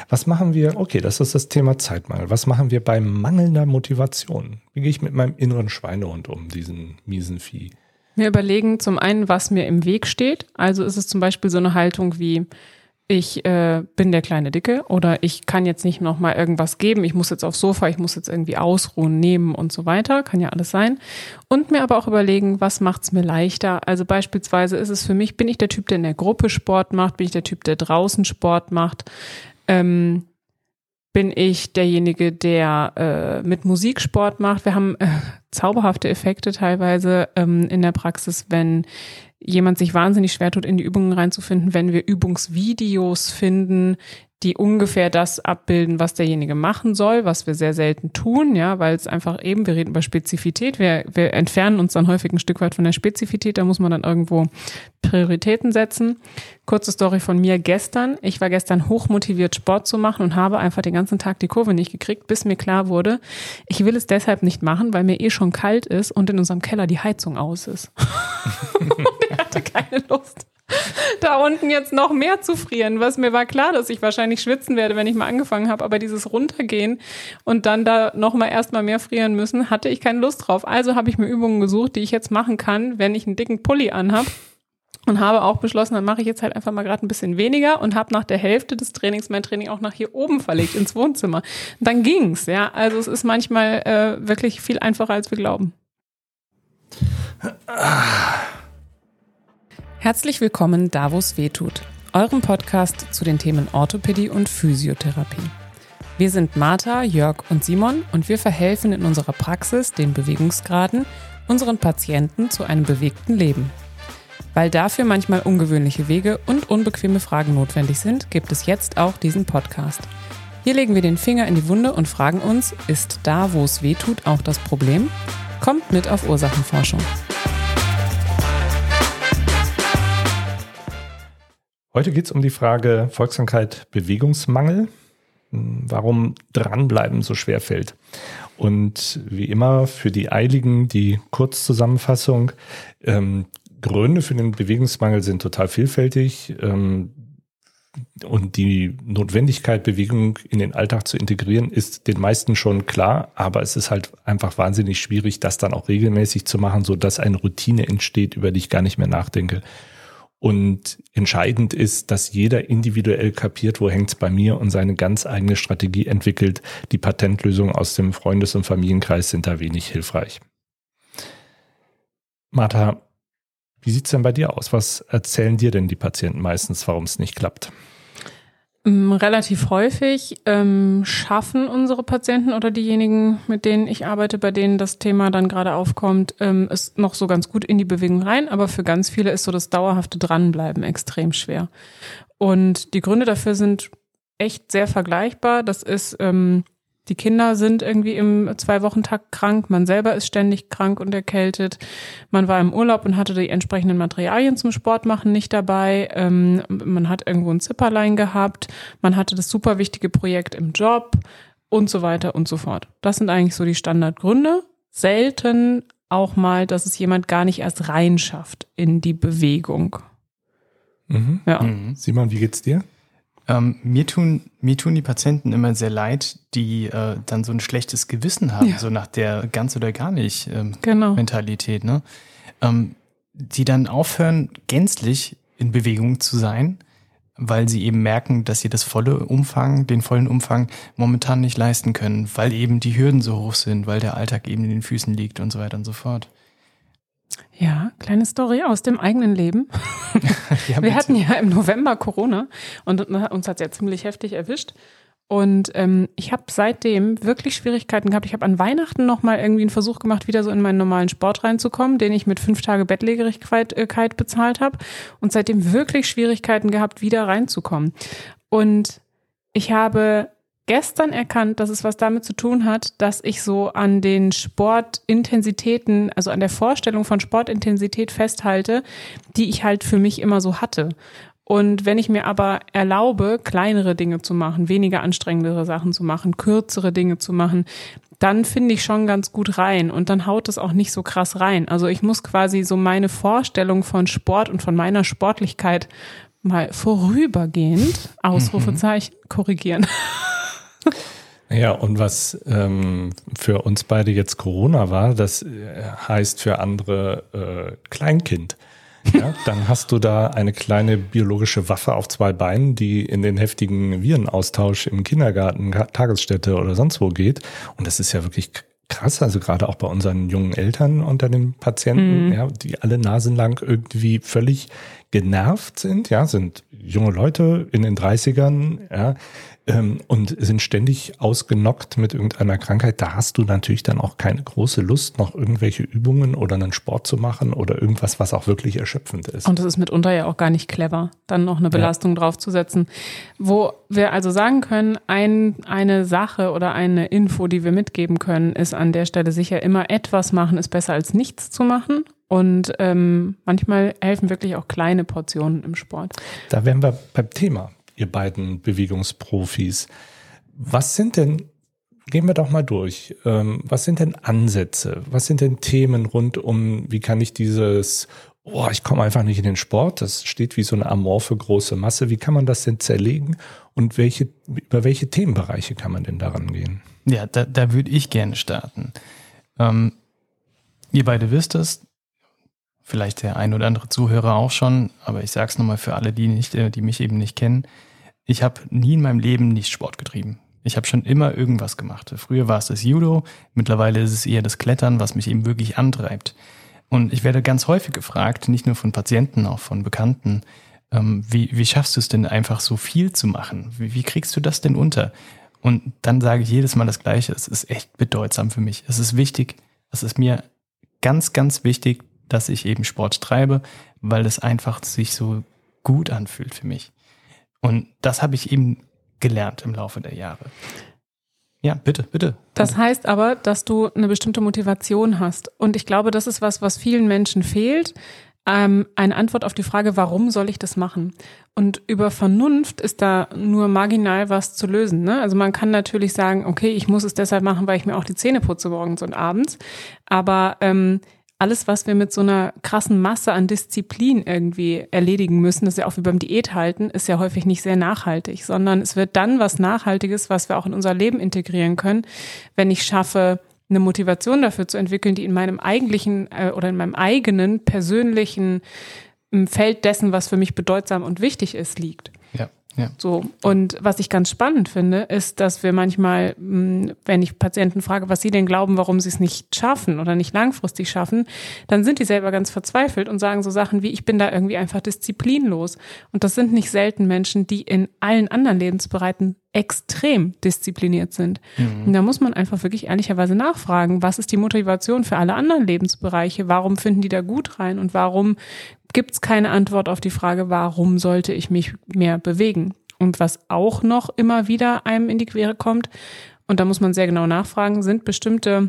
Was machen wir? Okay, das ist das Thema Zeitmangel. Was machen wir bei mangelnder Motivation? Wie gehe ich mit meinem inneren Schweinehund um, diesen miesen Vieh? Wir überlegen zum einen, was mir im Weg steht. Also ist es zum Beispiel so eine Haltung wie, ich bin der kleine Dicke oder ich kann jetzt nicht noch mal irgendwas geben, ich muss jetzt aufs Sofa, ich muss jetzt irgendwie ausruhen, nehmen und so weiter, kann ja alles sein. Und mir aber auch überlegen, was macht's mir leichter? Also beispielsweise ist es für mich, bin ich der Typ, der in der Gruppe Sport macht, bin ich der Typ, der draußen Sport macht, bin ich derjenige, der mit Musik Sport macht. Wir haben zauberhafte Effekte teilweise in der Praxis, wenn jemand sich wahnsinnig schwer tut, in die Übungen reinzufinden, wenn wir Übungsvideos finden, die ungefähr das abbilden, was derjenige machen soll, was wir sehr selten tun, ja, weil es einfach eben, wir reden über Spezifität, wir entfernen uns dann häufig ein Stück weit von der Spezifität, da muss man dann irgendwo Prioritäten setzen. Kurze Story von mir gestern. Ich war gestern hochmotiviert, Sport zu machen und habe einfach den ganzen Tag die Kurve nicht gekriegt, bis mir klar wurde, ich will es deshalb nicht machen, weil mir schon kalt ist und in unserem Keller die Heizung aus ist. Und ich hatte keine Lust, da unten jetzt noch mehr zu frieren. Was mir war klar, dass ich wahrscheinlich schwitzen werde, wenn ich mal angefangen habe, aber dieses Runtergehen und dann da nochmal erstmal mehr frieren müssen, hatte ich keine Lust drauf. Also habe ich mir Übungen gesucht, die ich jetzt machen kann, wenn ich einen dicken Pulli anhab. Und habe auch beschlossen, dann mache ich jetzt halt einfach mal gerade ein bisschen weniger und habe nach der Hälfte des Trainings mein Training auch nach hier oben verlegt, ins Wohnzimmer. Und dann ging's, ja. Also es ist manchmal wirklich viel einfacher, als wir glauben. Herzlich willkommen da, wo es weh tut, eurem Podcast zu den Themen Orthopädie und Physiotherapie. Wir sind Martha, Jörg und Simon und wir verhelfen in unserer Praxis den Bewegungsgraden unseren Patienten zu einem bewegten Leben. Weil dafür manchmal ungewöhnliche Wege und unbequeme Fragen notwendig sind, gibt es jetzt auch diesen Podcast. Hier legen wir den Finger in die Wunde und fragen uns, ist da, wo es weh tut, auch das Problem? Kommt mit auf Ursachenforschung. Heute geht es um die Frage Volkskrankheit Bewegungsmangel, warum dranbleiben so schwer fällt. Und wie immer für die Eiligen die Kurzzusammenfassung. Gründe für den Bewegungsmangel sind total vielfältig und die Notwendigkeit, Bewegung in den Alltag zu integrieren, ist den meisten schon klar, aber es ist halt einfach wahnsinnig schwierig, das dann auch regelmäßig zu machen, sodass eine Routine entsteht, über die ich gar nicht mehr nachdenke. Und entscheidend ist, dass jeder individuell kapiert, wo hängt's bei mir und seine ganz eigene Strategie entwickelt. Die Patentlösungen aus dem Freundes- und Familienkreis sind da wenig hilfreich. Martha, wie sieht's denn bei dir aus? Was erzählen dir denn die Patienten meistens, warum es nicht klappt? Relativ häufig schaffen unsere Patienten oder diejenigen, mit denen ich arbeite, bei denen das Thema dann gerade aufkommt, ist noch so ganz gut in die Bewegung rein, aber für ganz viele ist so das dauerhafte Dranbleiben extrem schwer. Und die Gründe dafür sind echt sehr vergleichbar. Das ist, die Kinder sind irgendwie im 2-Wochen-Takt krank, man selber ist ständig krank und erkältet, man war im Urlaub und hatte die entsprechenden Materialien zum Sportmachen nicht dabei, man hat irgendwo ein Zipperlein gehabt, man hatte das super wichtige Projekt im Job und so weiter und so fort. Das sind eigentlich so die Standardgründe. Selten auch mal, dass es jemand gar nicht erst reinschafft in die Bewegung. Mhm. Ja. Simon, wie geht's dir? Mir tun die Patienten immer sehr leid, die dann so ein schlechtes Gewissen haben, so nach der ganz oder gar nicht Mentalität, ne? Die dann aufhören, gänzlich in Bewegung zu sein, weil sie eben merken, dass sie den vollen Umfang momentan nicht leisten können, weil eben die Hürden so hoch sind, weil der Alltag eben in den Füßen liegt und so weiter und so fort. Ja, kleine Story aus dem eigenen Leben. Ja, wir hatten ja im November Corona und uns hat es ja ziemlich heftig erwischt. Und ich habe seitdem wirklich Schwierigkeiten gehabt. Ich habe an Weihnachten nochmal irgendwie einen Versuch gemacht, wieder so in meinen normalen Sport reinzukommen, den ich mit 5 Tage Bettlägerigkeit bezahlt habe. Und seitdem wirklich Schwierigkeiten gehabt, wieder reinzukommen. Und ich habe gestern erkannt, dass es was damit zu tun hat, dass ich so an den Sportintensitäten, also an der Vorstellung von Sportintensität festhalte, die ich halt für mich immer so hatte. Und wenn ich mir aber erlaube, kleinere Dinge zu machen, weniger anstrengendere Sachen zu machen, kürzere Dinge zu machen, dann finde ich schon ganz gut rein und dann haut es auch nicht so krass rein. Also ich muss quasi so meine Vorstellung von Sport und von meiner Sportlichkeit mal vorübergehend, Ausrufezeichen, korrigieren. Ja, und was für uns beide jetzt Corona war, das heißt für andere Kleinkind. Ja, dann hast du da eine kleine biologische Waffe auf 2 Beinen, die in den heftigen Virenaustausch im Kindergarten, Tagesstätte oder sonst wo geht. Und das ist ja wirklich krass, also gerade auch bei unseren jungen Eltern unter den Patienten, ja, die alle nasenlang irgendwie völlig genervt sind, ja, sind junge Leute in den 30ern, ja, und sind ständig ausgenockt mit irgendeiner Krankheit. Da hast du natürlich dann auch keine große Lust, noch irgendwelche Übungen oder einen Sport zu machen oder irgendwas, was auch wirklich erschöpfend ist. Und es ist mitunter ja auch gar nicht clever, dann noch eine Belastung draufzusetzen. Wo wir also sagen können, eine Sache oder eine Info, die wir mitgeben können, ist an der Stelle sicher immer etwas machen, ist besser als nichts zu machen. Und manchmal helfen wirklich auch kleine Portionen im Sport. Da wären wir beim Thema, ihr beiden Bewegungsprofis. Was sind denn, gehen wir doch mal durch, was sind denn Ansätze, was sind denn Themen rund um, wie kann ich dieses, ich komme einfach nicht in den Sport, das steht wie so eine amorphe große Masse, wie kann man das denn zerlegen und über welche Themenbereiche kann man denn daran gehen? Ja, da würde ich gerne starten. Ihr beide wisst es, vielleicht der ein oder andere Zuhörer auch schon, aber ich sage es nochmal für alle, die mich eben nicht kennen. Ich habe nie in meinem Leben nicht Sport getrieben. Ich habe schon immer irgendwas gemacht. Früher war es das Judo, mittlerweile ist es eher das Klettern, was mich eben wirklich antreibt. Und ich werde ganz häufig gefragt, nicht nur von Patienten, auch von Bekannten, wie schaffst du es denn einfach so viel zu machen? Wie kriegst du das denn unter? Und dann sage ich jedes Mal das Gleiche, es ist echt bedeutsam für mich. Es ist wichtig, es ist mir ganz, ganz wichtig, dass ich eben Sport treibe, weil es einfach sich so gut anfühlt für mich. Und das habe ich eben gelernt im Laufe der Jahre. Ja, bitte. Das heißt aber, dass du eine bestimmte Motivation hast. Und ich glaube, das ist was vielen Menschen fehlt. Eine Antwort auf die Frage, warum soll ich das machen? Und über Vernunft ist da nur marginal was zu lösen, ne? Also man kann natürlich sagen, okay, ich muss es deshalb machen, weil ich mir auch die Zähne putze morgens und abends. Aber alles, was wir mit so einer krassen Masse an Disziplin irgendwie erledigen müssen, das ist ja auch wie beim Diät halten, ist ja häufig nicht sehr nachhaltig, sondern es wird dann was Nachhaltiges, was wir auch in unser Leben integrieren können, wenn ich schaffe, eine Motivation dafür zu entwickeln, die in meinem eigentlichen oder in meinem eigenen persönlichen Feld dessen, was für mich bedeutsam und wichtig ist, liegt. Ja. So. Und was ich ganz spannend finde, ist, dass wir manchmal, wenn ich Patienten frage, was sie denn glauben, warum sie es nicht schaffen oder nicht langfristig schaffen, dann sind die selber ganz verzweifelt und sagen so Sachen wie, ich bin da irgendwie einfach disziplinlos. Und das sind nicht selten Menschen, die in allen anderen Lebensbereichen extrem diszipliniert sind. Und da muss man einfach wirklich ehrlicherweise nachfragen, was ist die Motivation für alle anderen Lebensbereiche? Warum finden die da gut rein? Und warum gibt es keine Antwort auf die Frage, warum sollte ich mich mehr bewegen? Und was auch noch immer wieder einem in die Quere kommt, und da muss man sehr genau nachfragen, sind bestimmte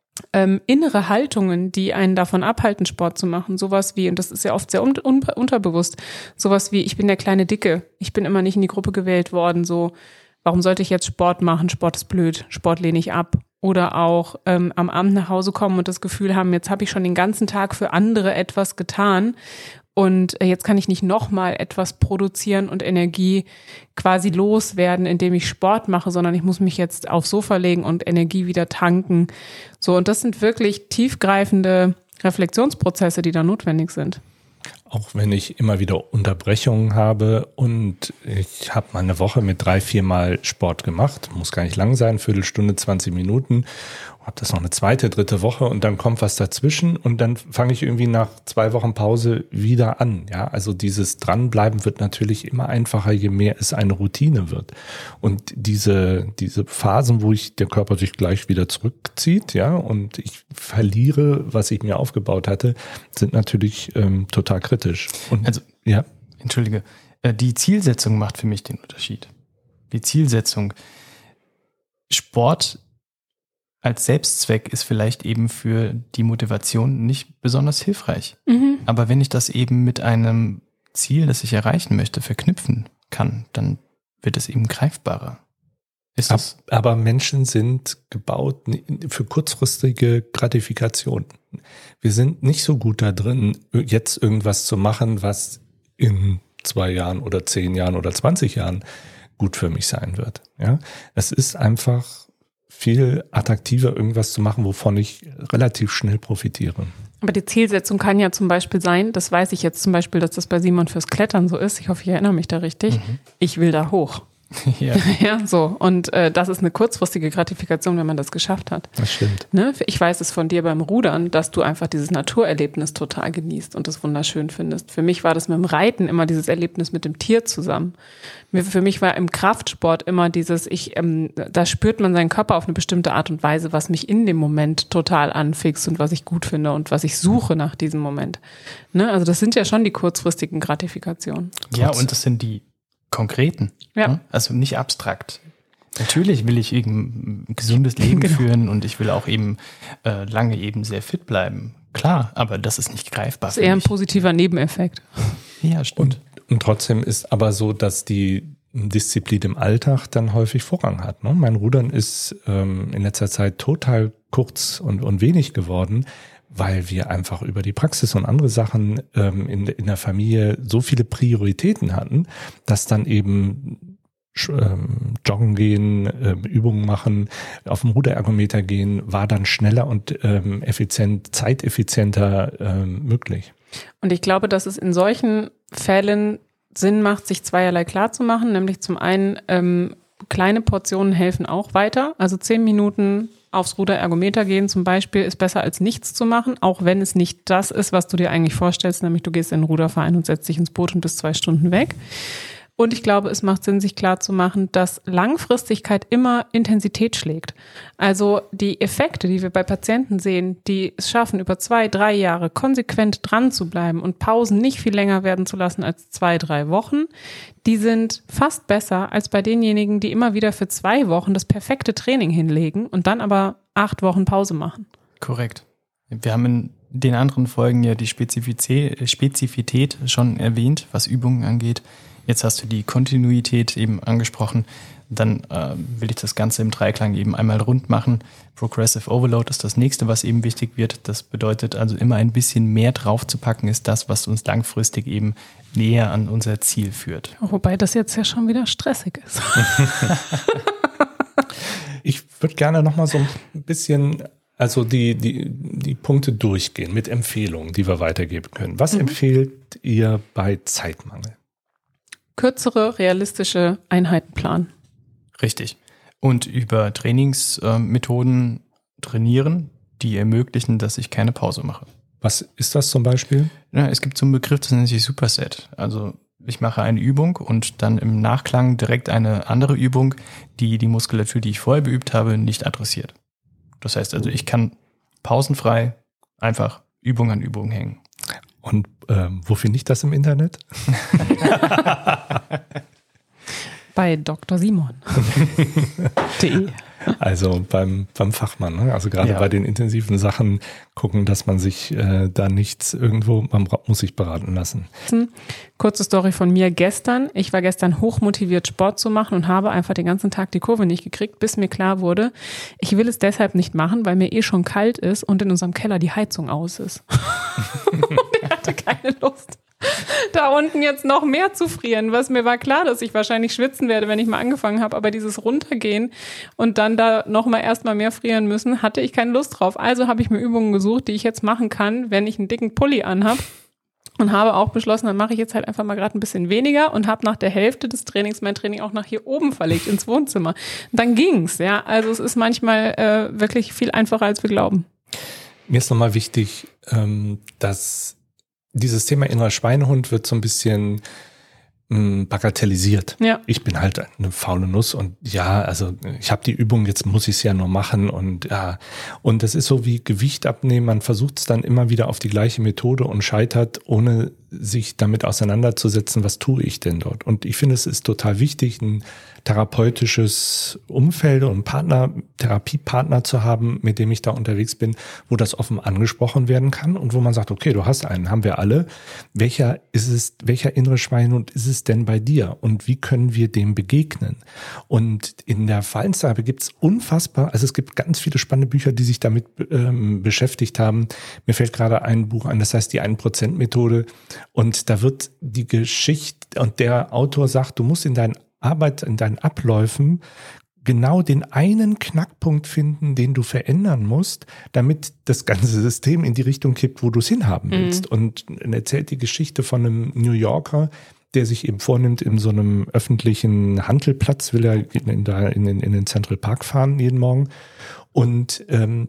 innere Haltungen, die einen davon abhalten, Sport zu machen. Sowas wie, und das ist ja oft sehr unterbewusst, sowas wie, ich bin der kleine Dicke, ich bin immer nicht in die Gruppe gewählt worden, so, warum sollte ich jetzt Sport machen? Sport ist blöd, Sport lehne ich ab. Oder auch am Abend nach Hause kommen und das Gefühl haben, jetzt habe ich schon den ganzen Tag für andere etwas getan und jetzt kann ich nicht nochmal etwas produzieren und Energie quasi loswerden, indem ich Sport mache, sondern ich muss mich jetzt aufs Sofa legen und Energie wieder tanken. So, und das sind wirklich tiefgreifende Reflexionsprozesse, die da notwendig sind. Auch wenn ich immer wieder Unterbrechungen habe und ich habe mal eine Woche mit 3-4 Mal Sport gemacht, muss gar nicht lang sein, Viertelstunde, 20 Minuten, habe das noch eine zweite, dritte Woche und dann kommt was dazwischen und dann fange ich irgendwie nach 2 Wochen Pause wieder an. Ja, also dieses Dranbleiben wird natürlich immer einfacher, je mehr es eine Routine wird. Und diese Phasen, wo der Körper sich gleich wieder zurückzieht, ja, und ich verliere, was ich mir aufgebaut hatte, sind natürlich total kritisch. Und, also, ja, entschuldige, die Zielsetzung macht für mich den Unterschied. Die Zielsetzung. Sport als Selbstzweck ist vielleicht eben für die Motivation nicht besonders hilfreich. Aber wenn ich das eben mit einem Ziel, das ich erreichen möchte, verknüpfen kann, dann wird es eben greifbarer. Aber Menschen sind gebaut für kurzfristige Gratifikation. Wir sind nicht so gut da drin, jetzt irgendwas zu machen, was in 2 Jahren oder 10 Jahren oder 20 Jahren gut für mich sein wird. Ja, es ist einfach viel attraktiver, irgendwas zu machen, wovon ich relativ schnell profitiere. Aber die Zielsetzung kann ja zum Beispiel sein, das weiß ich jetzt zum Beispiel, dass das bei Simon fürs Klettern so ist. Ich hoffe, ich erinnere mich da richtig. Ich will da hoch. Ja. Ja, so. Und das ist eine kurzfristige Gratifikation, wenn man das geschafft hat. Das stimmt. Ne? Ich weiß es von dir beim Rudern, dass du einfach dieses Naturerlebnis total genießt und das wunderschön findest. Für mich war das mit dem Reiten immer dieses Erlebnis mit dem Tier zusammen. Für mich war im Kraftsport immer dieses, da spürt man seinen Körper auf eine bestimmte Art und Weise, was mich in dem Moment total anfixt und was ich gut finde und was ich suche nach diesem Moment. Ne? Also das sind ja schon die kurzfristigen Gratifikationen. Ja, und das sind die konkreten. Ja. Also nicht abstrakt. Natürlich will ich eben ein gesundes Leben führen und ich will auch eben lange eben sehr fit bleiben. Klar, aber das ist nicht greifbar. Das ist eher ein positiver Nebeneffekt. Ja, stimmt. Und trotzdem ist aber so, dass die Disziplin im Alltag dann häufig Vorrang hat. Ne? Mein Rudern ist in letzter Zeit total kurz und wenig geworden, weil wir einfach über die Praxis und andere Sachen in der Familie so viele Prioritäten hatten, dass dann eben joggen gehen, Übungen machen, auf dem Ruderergometer gehen, war dann schneller und zeiteffizienter möglich. Und ich glaube, dass es in solchen Fällen Sinn macht, sich zweierlei klar zu machen, nämlich zum einen kleine Portionen helfen auch weiter, also 10 Minuten aufs Ruderergometer gehen zum Beispiel ist besser als nichts zu machen, auch wenn es nicht das ist, was du dir eigentlich vorstellst, nämlich du gehst in den Ruderverein und setzt dich ins Boot und bist 2 Stunden weg. Und ich glaube, es macht Sinn, sich klar zu machen, dass Langfristigkeit immer Intensität schlägt. Also die Effekte, die wir bei Patienten sehen, die es schaffen, über 2-3 Jahre konsequent dran zu bleiben und Pausen nicht viel länger werden zu lassen als 2-3 Wochen, die sind fast besser als bei denjenigen, die immer wieder für 2 Wochen das perfekte Training hinlegen und dann aber 8 Wochen Pause machen. Korrekt. Wir haben in den anderen Folgen ja die Spezifität schon erwähnt, was Übungen angeht. Jetzt hast du die Kontinuität eben angesprochen. Dann will ich das Ganze im Dreiklang eben einmal rund machen. Progressive Overload ist das nächste, was eben wichtig wird. Das bedeutet also immer ein bisschen mehr draufzupacken, ist das, was uns langfristig eben näher an unser Ziel führt. Wobei das jetzt ja schon wieder stressig ist. Ich würde gerne noch mal so ein bisschen die Punkte durchgehen mit Empfehlungen, die wir weitergeben können. Was empfehlt ihr bei Zeitmangel? Kürzere, realistische Einheiten planen. Richtig. Und über Trainingsmethoden trainieren, die ermöglichen, dass ich keine Pause mache. Was ist das zum Beispiel? Ja, es gibt so einen Begriff, das nennt sich Superset. Also ich mache eine Übung und dann im Nachklang direkt eine andere Übung, die Muskulatur, die ich vorher beübt habe, nicht adressiert. Das heißt also, ich kann pausenfrei einfach Übung an Übung hängen. Und wo finde ich das im Internet? Bei Dr. Simon.de. Also beim Fachmann, ne? Also gerade bei den intensiven Sachen gucken, dass man sich da nichts man muss sich beraten lassen. Kurze Story von mir gestern. Ich war gestern hochmotiviert, Sport zu machen und habe einfach den ganzen Tag die Kurve nicht gekriegt, bis mir klar wurde, ich will es deshalb nicht machen, weil mir schon kalt ist und in unserem Keller die Heizung aus ist. Und ich hatte keine Lust, da unten jetzt noch mehr zu frieren, was mir war klar, dass ich wahrscheinlich schwitzen werde, wenn ich mal angefangen habe, aber dieses Runtergehen und dann da nochmal erstmal mehr frieren müssen, hatte ich keine Lust drauf. Also habe ich mir Übungen gesucht, die ich jetzt machen kann, wenn ich einen dicken Pulli anhab und habe auch beschlossen, dann mache ich jetzt halt einfach mal gerade ein bisschen weniger und habe nach der Hälfte des Trainings mein Training auch nach hier oben verlegt, ins Wohnzimmer. Und dann ging's, ja. Also es ist manchmal wirklich viel einfacher, als wir glauben. Mir ist nochmal wichtig, dass dieses Thema innerer Schweinehund wird so ein bisschen bagatellisiert. Ja. Ich bin halt eine faule Nuss und ja, also ich habe die Übung, jetzt muss ich es ja nur machen und ja. Und das ist so wie Gewicht abnehmen, man versucht es dann immer wieder auf die gleiche Methode und scheitert, ohne sich damit auseinanderzusetzen, was tue ich denn dort? Und ich finde, es ist total wichtig, ein therapeutisches Umfeld und Therapiepartner zu haben, mit dem ich da unterwegs bin, wo das offen angesprochen werden kann und wo man sagt, okay, du hast einen, haben wir alle. Welcher innere Schweinehund ist es es denn bei dir und wie können wir dem begegnen? Und in der Verhaltenstherapie gibt es unfassbar, also es gibt ganz viele spannende Bücher, die sich damit beschäftigt haben. Mir fällt gerade ein Buch an, das heißt die 1%-Methode, und da wird die Geschichte, und der Autor sagt, du musst in deinen Arbeit, in deinen Abläufen genau den einen Knackpunkt finden, den du verändern musst, damit das ganze System in die Richtung kippt, wo du es hinhaben willst. Und er erzählt die Geschichte von einem New Yorker, der sich eben vornimmt, in so einem öffentlichen Handelplatz will er in den Central Park fahren jeden Morgen. Und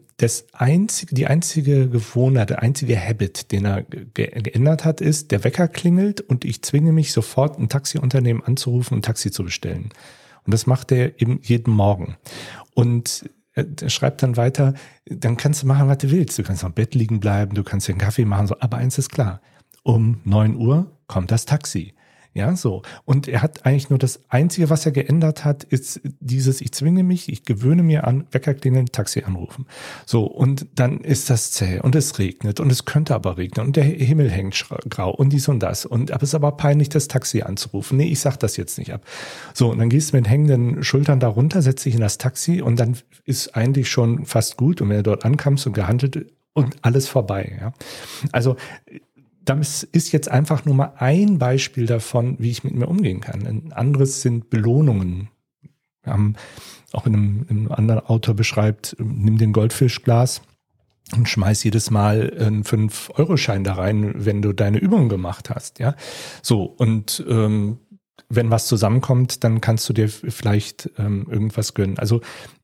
die einzige Gewohnheit, der einzige Habit, den er geändert hat, ist, der Wecker klingelt und ich zwinge mich sofort, ein Taxiunternehmen anzurufen und ein Taxi zu bestellen. Und das macht er eben jeden Morgen. Und er schreibt dann weiter, dann kannst du machen, was du willst. Du kannst am Bett liegen bleiben, du kannst dir einen Kaffee machen, so. Aber eins ist klar, um 9 Uhr kommt das Taxi. Ja, so. Und er hat eigentlich nur das Einzige, was er geändert hat, ist dieses, ich zwinge mich, ich gewöhne mir an, Wecker klingeln, Taxi anrufen. So. Und dann ist das zäh und es regnet und es könnte aber regnen und der Himmel hängt grau und dies und das. Aber es ist aber peinlich, das Taxi anzurufen. Nee, ich sag das jetzt nicht ab. So. Und dann gehst du mit hängenden Schultern da runter, setzt dich in das Taxi und dann ist eigentlich schon fast gut. Und wenn du dort ankommst und gehandelt und alles vorbei, ja. Also, das ist jetzt einfach nur mal ein Beispiel davon, wie ich mit mir umgehen kann. Ein anderes sind Belohnungen. Wir haben auch in einem anderen Autor beschreibt, nimm den Goldfischglas und schmeiß jedes Mal einen 5-Euro-Schein da rein, wenn du deine Übung gemacht hast. Ja, so. Und wenn was zusammenkommt, dann kannst du dir vielleicht irgendwas gönnen. Also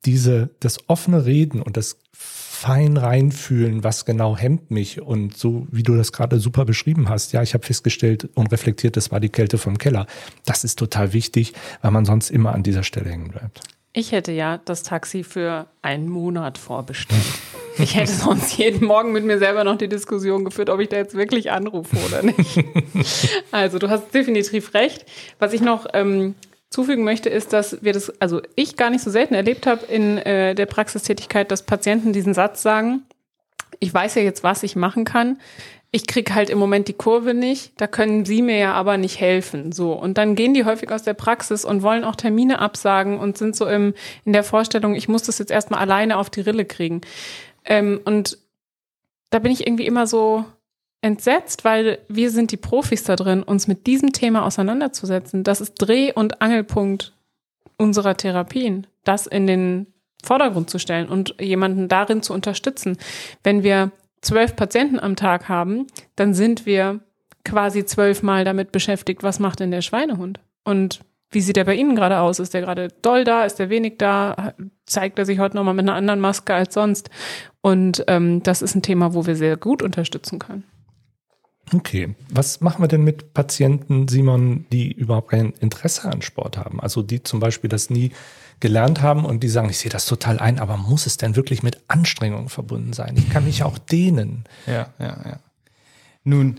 das offene Reden und das fein reinfühlen, was genau hemmt mich, und so wie du das gerade super beschrieben hast, ja, ich habe festgestellt und reflektiert, das war die Kälte vom Keller. Das ist total wichtig, weil man sonst immer an dieser Stelle hängen bleibt. Ich hätte ja das Taxi für einen Monat vorbestellt. Ich hätte sonst jeden Morgen mit mir selber noch die Diskussion geführt, ob ich da jetzt wirklich anrufe oder nicht. Also du hast definitiv recht. Was ich noch zufügen möchte, ist, dass ich gar nicht so selten erlebt habe in der Praxistätigkeit, dass Patienten diesen Satz sagen, ich weiß ja jetzt, was ich machen kann, ich kriege halt im Moment die Kurve nicht, da können Sie mir ja aber nicht helfen. So. Und dann gehen die häufig aus der Praxis und wollen auch Termine absagen und sind so in der Vorstellung, ich muss das jetzt erstmal alleine auf die Rille kriegen. Und da bin ich irgendwie immer so entsetzt, weil wir sind die Profis da drin, uns mit diesem Thema auseinanderzusetzen. Das ist Dreh- und Angelpunkt unserer Therapien, das in den Vordergrund zu stellen und jemanden darin zu unterstützen. Wenn wir 12 Patienten am Tag haben, dann sind wir quasi 12 Mal damit beschäftigt, was macht denn der Schweinehund? Und wie sieht er bei Ihnen gerade aus? Ist der gerade doll da? Ist der wenig da? Zeigt er sich heute nochmal mit einer anderen Maske als sonst? Und das ist ein Thema, wo wir sehr gut unterstützen können. Okay, was machen wir denn mit Patienten, Simon, die überhaupt kein Interesse an Sport haben? Also die zum Beispiel das nie gelernt haben und die sagen, ich sehe das total ein, aber muss es denn wirklich mit Anstrengungen verbunden sein? Ich kann mich auch dehnen. Ja. Nun,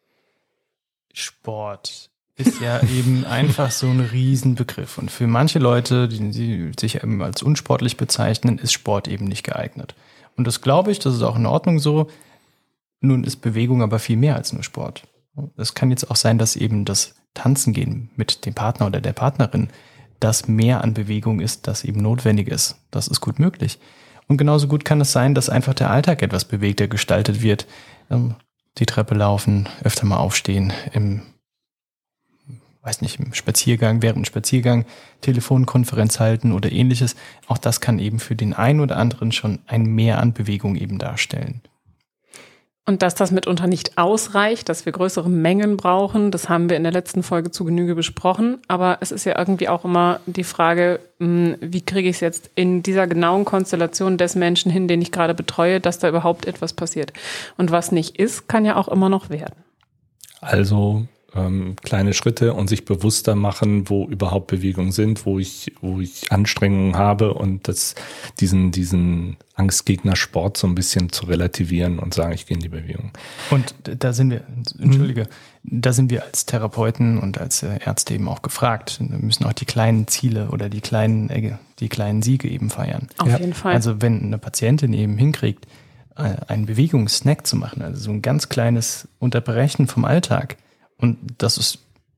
Sport ist ja eben einfach so ein Riesenbegriff. Und für manche Leute, die sich eben als unsportlich bezeichnen, ist Sport eben nicht geeignet. Und das glaube ich, das ist auch in Ordnung so. Nun ist Bewegung aber viel mehr als nur Sport. Es kann jetzt auch sein, dass eben das Tanzen gehen mit dem Partner oder der Partnerin, das mehr an Bewegung ist, das eben notwendig ist. Das ist gut möglich. Und genauso gut kann es sein, dass einfach der Alltag etwas bewegter gestaltet wird. Die Treppe laufen, öfter mal aufstehen, im Spaziergang, während dem Spaziergang Telefonkonferenz halten oder ähnliches. Auch das kann eben für den einen oder anderen schon ein Mehr an Bewegung eben darstellen. Und dass das mitunter nicht ausreicht, dass wir größere Mengen brauchen, das haben wir in der letzten Folge zu Genüge besprochen. Aber es ist ja irgendwie auch immer die Frage, wie kriege ich es jetzt in dieser genauen Konstellation des Menschen hin, den ich gerade betreue, dass da überhaupt etwas passiert. Und was nicht ist, kann ja auch immer noch werden. Also kleine Schritte und sich bewusster machen, wo überhaupt Bewegungen sind, wo ich Anstrengungen habe und diesen Angstgegner Sport so ein bisschen zu relativieren und sagen, ich gehe in die Bewegung. Und da sind wir, da sind wir als Therapeuten und als Ärzte eben auch gefragt. Wir müssen auch die kleinen Ziele oder die kleinen Siege eben feiern. Auf jeden Fall. Also wenn eine Patientin eben hinkriegt, einen Bewegungssnack zu machen, also so ein ganz kleines Unterbrechen vom Alltag, und das ist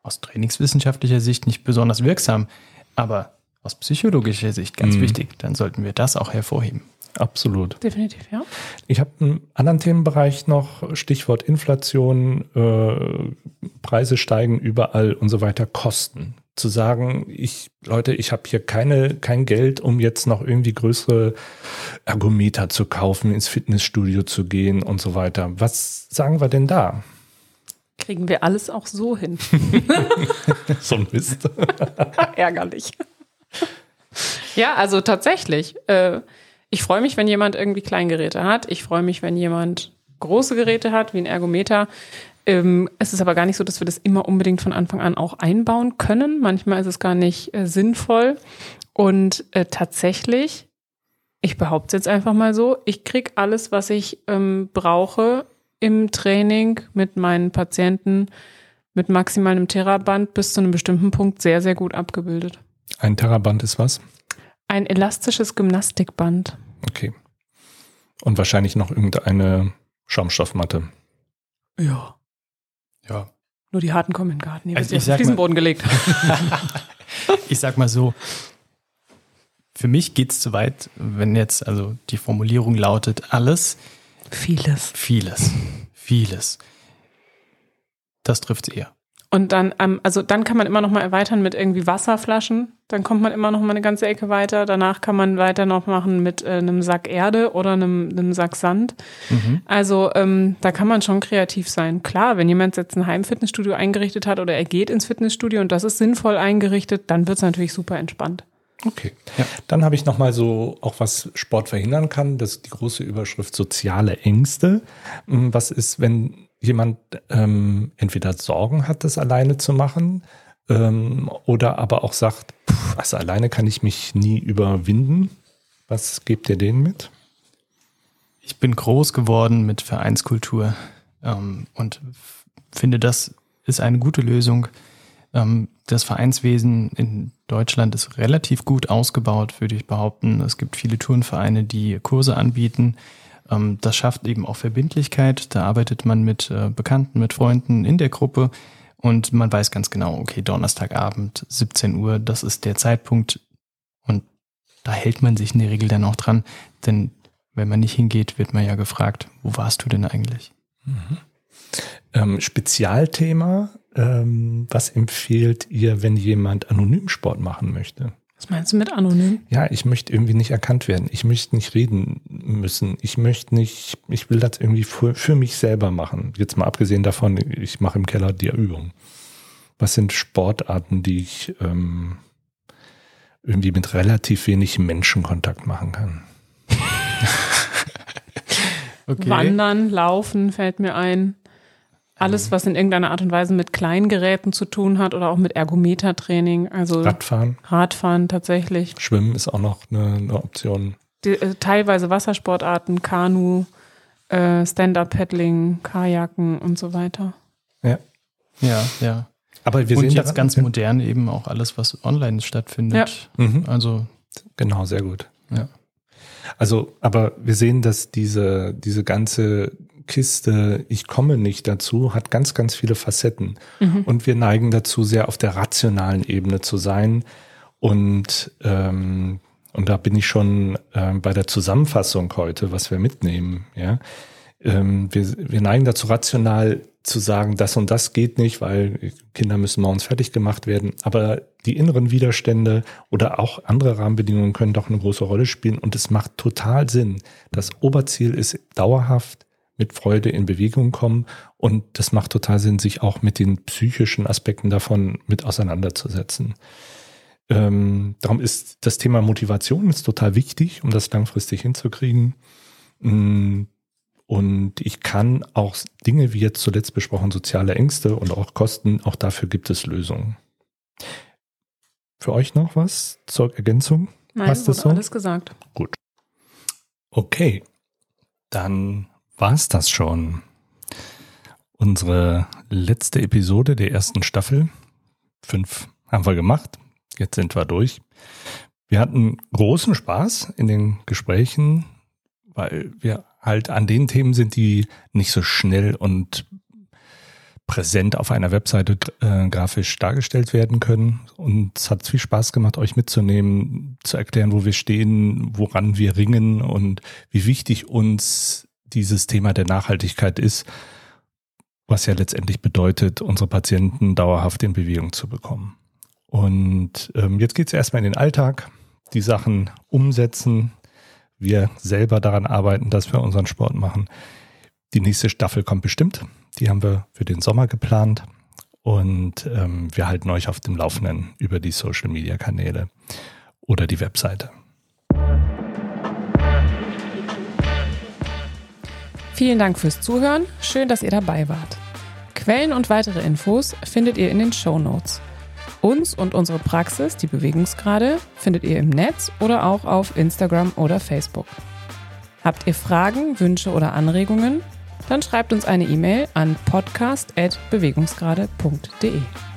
aus trainingswissenschaftlicher Sicht nicht besonders wirksam, aber aus psychologischer Sicht ganz wichtig. Dann sollten wir das auch hervorheben. Absolut. Definitiv, ja. Ich habe einen anderen Themenbereich noch, Stichwort Inflation, Preise steigen überall und so weiter, Kosten. Zu sagen, ich habe hier kein Geld, um jetzt noch irgendwie größere Ergometer zu kaufen, ins Fitnessstudio zu gehen und so weiter. Was sagen wir denn da? Kriegen wir alles auch so hin. So ein Mist. Ärgerlich. Ja, also tatsächlich. Ich freue mich, wenn jemand irgendwie Kleingeräte hat. Ich freue mich, wenn jemand große Geräte hat, wie ein Ergometer. Es ist aber gar nicht so, dass wir das immer unbedingt von Anfang an auch einbauen können. Manchmal ist es gar nicht sinnvoll. Und tatsächlich, ich behaupte es jetzt einfach mal so, ich kriege alles, was ich brauche im Training mit meinen Patienten mit maximal einem Theraband bis zu einem bestimmten Punkt sehr, sehr gut abgebildet. Ein Theraband ist was? Ein elastisches Gymnastikband. Okay. Und wahrscheinlich noch irgendeine Schaumstoffmatte. Ja. Ja. Nur die harten kommen in den Garten. Die Also wird auf den Fliesenboden gelegt. Ich sag mal so, für mich geht es zu weit, wenn jetzt also die Formulierung lautet alles. Vieles. Das trifft es eher. Und dann, dann kann man immer noch mal erweitern mit irgendwie Wasserflaschen. Dann kommt man immer noch mal eine ganze Ecke weiter. Danach kann man weiter noch machen mit einem Sack Erde oder einem Sack Sand. Also da kann man schon kreativ sein. Klar, wenn jemand jetzt ein Heimfitnessstudio eingerichtet hat oder er geht ins Fitnessstudio und das ist sinnvoll eingerichtet, dann wird es natürlich super entspannt. Okay. Ja. Dann habe ich noch mal so auch was Sport verhindern kann. Das ist die große Überschrift soziale Ängste. Was ist, wenn jemand entweder Sorgen hat, das alleine zu machen oder aber auch sagt, also alleine kann ich mich nie überwinden. Was gebt ihr denen mit? Ich bin groß geworden mit Vereinskultur und finde, das ist eine gute Lösung. Das Vereinswesen in Deutschland ist relativ gut ausgebaut, würde ich behaupten. Es gibt viele Turnvereine, die Kurse anbieten. Das schafft eben auch Verbindlichkeit. Da arbeitet man mit Bekannten, mit Freunden in der Gruppe und man weiß ganz genau, okay, Donnerstagabend, 17 Uhr, das ist der Zeitpunkt und da hält man sich in der Regel dann auch dran, denn wenn man nicht hingeht, wird man ja gefragt, wo warst du denn eigentlich? Spezialthema, was empfehlt ihr, wenn jemand anonym Sport machen möchte? Was meinst du mit anonym? Ja, ich möchte irgendwie nicht erkannt werden. Ich möchte nicht reden müssen. Ich will das irgendwie für mich selber machen. Jetzt mal abgesehen davon, ich mache im Keller die Übung. Was sind Sportarten, die ich irgendwie mit relativ wenig Menschenkontakt machen kann? Okay. Wandern, Laufen fällt mir ein. Alles, was in irgendeiner Art und Weise mit Kleingeräten zu tun hat oder auch mit Ergometertraining. Also Radfahren tatsächlich. Schwimmen ist auch noch eine Option. Teilweise Wassersportarten, Kanu, Stand-Up-Paddling, Kajaken und so weiter. Ja. Aber wir und sehen jetzt ganz modern eben auch alles, was online stattfindet. Ja. Also genau, sehr gut. Ja. Also, aber wir sehen, dass diese ganze Kiste, ich komme nicht dazu, hat ganz, ganz viele Facetten. Und wir neigen dazu, sehr auf der rationalen Ebene zu sein. Und da bin ich schon bei der Zusammenfassung heute, was wir mitnehmen. Ja, wir neigen dazu, rational zu sagen, das und das geht nicht, weil Kinder müssen morgens fertig gemacht werden. Aber die inneren Widerstände oder auch andere Rahmenbedingungen können doch eine große Rolle spielen. Und es macht total Sinn. Das Oberziel ist dauerhaft mit Freude in Bewegung kommen. Und das macht total Sinn, sich auch mit den psychischen Aspekten davon mit auseinanderzusetzen. Darum ist das Thema Motivation ist total wichtig, um das langfristig hinzukriegen. Und ich kann auch Dinge, wie jetzt zuletzt besprochen, soziale Ängste und auch Kosten, auch dafür gibt es Lösungen. Für euch noch was zur Ergänzung? Nein, passt das so? Alles gesagt. Gut. Okay, dann war's das schon. Unsere letzte Episode der ersten Staffel. 5 haben wir gemacht. Jetzt sind wir durch. Wir hatten großen Spaß in den Gesprächen, weil wir halt an den Themen sind, die nicht so schnell und präsent auf einer Webseite grafisch dargestellt werden können. Und es hat viel Spaß gemacht, euch mitzunehmen, zu erklären, wo wir stehen, woran wir ringen und wie wichtig uns dieses Thema der Nachhaltigkeit ist, was ja letztendlich bedeutet, unsere Patienten dauerhaft in Bewegung zu bekommen. Und jetzt geht es erstmal in den Alltag, die Sachen umsetzen, wir selber daran arbeiten, dass wir unseren Sport machen. Die nächste Staffel kommt bestimmt. Die haben wir für den Sommer geplant und wir halten euch auf dem Laufenden über die Social-Media-Kanäle oder die Webseite. Vielen Dank fürs Zuhören. Schön, dass ihr dabei wart. Quellen und weitere Infos findet ihr in den Shownotes. Uns und unsere Praxis, die Bewegungsgrade, findet ihr im Netz oder auch auf Instagram oder Facebook. Habt ihr Fragen, Wünsche oder Anregungen? Dann schreibt uns eine E-Mail an podcast@bewegungsgrade.de.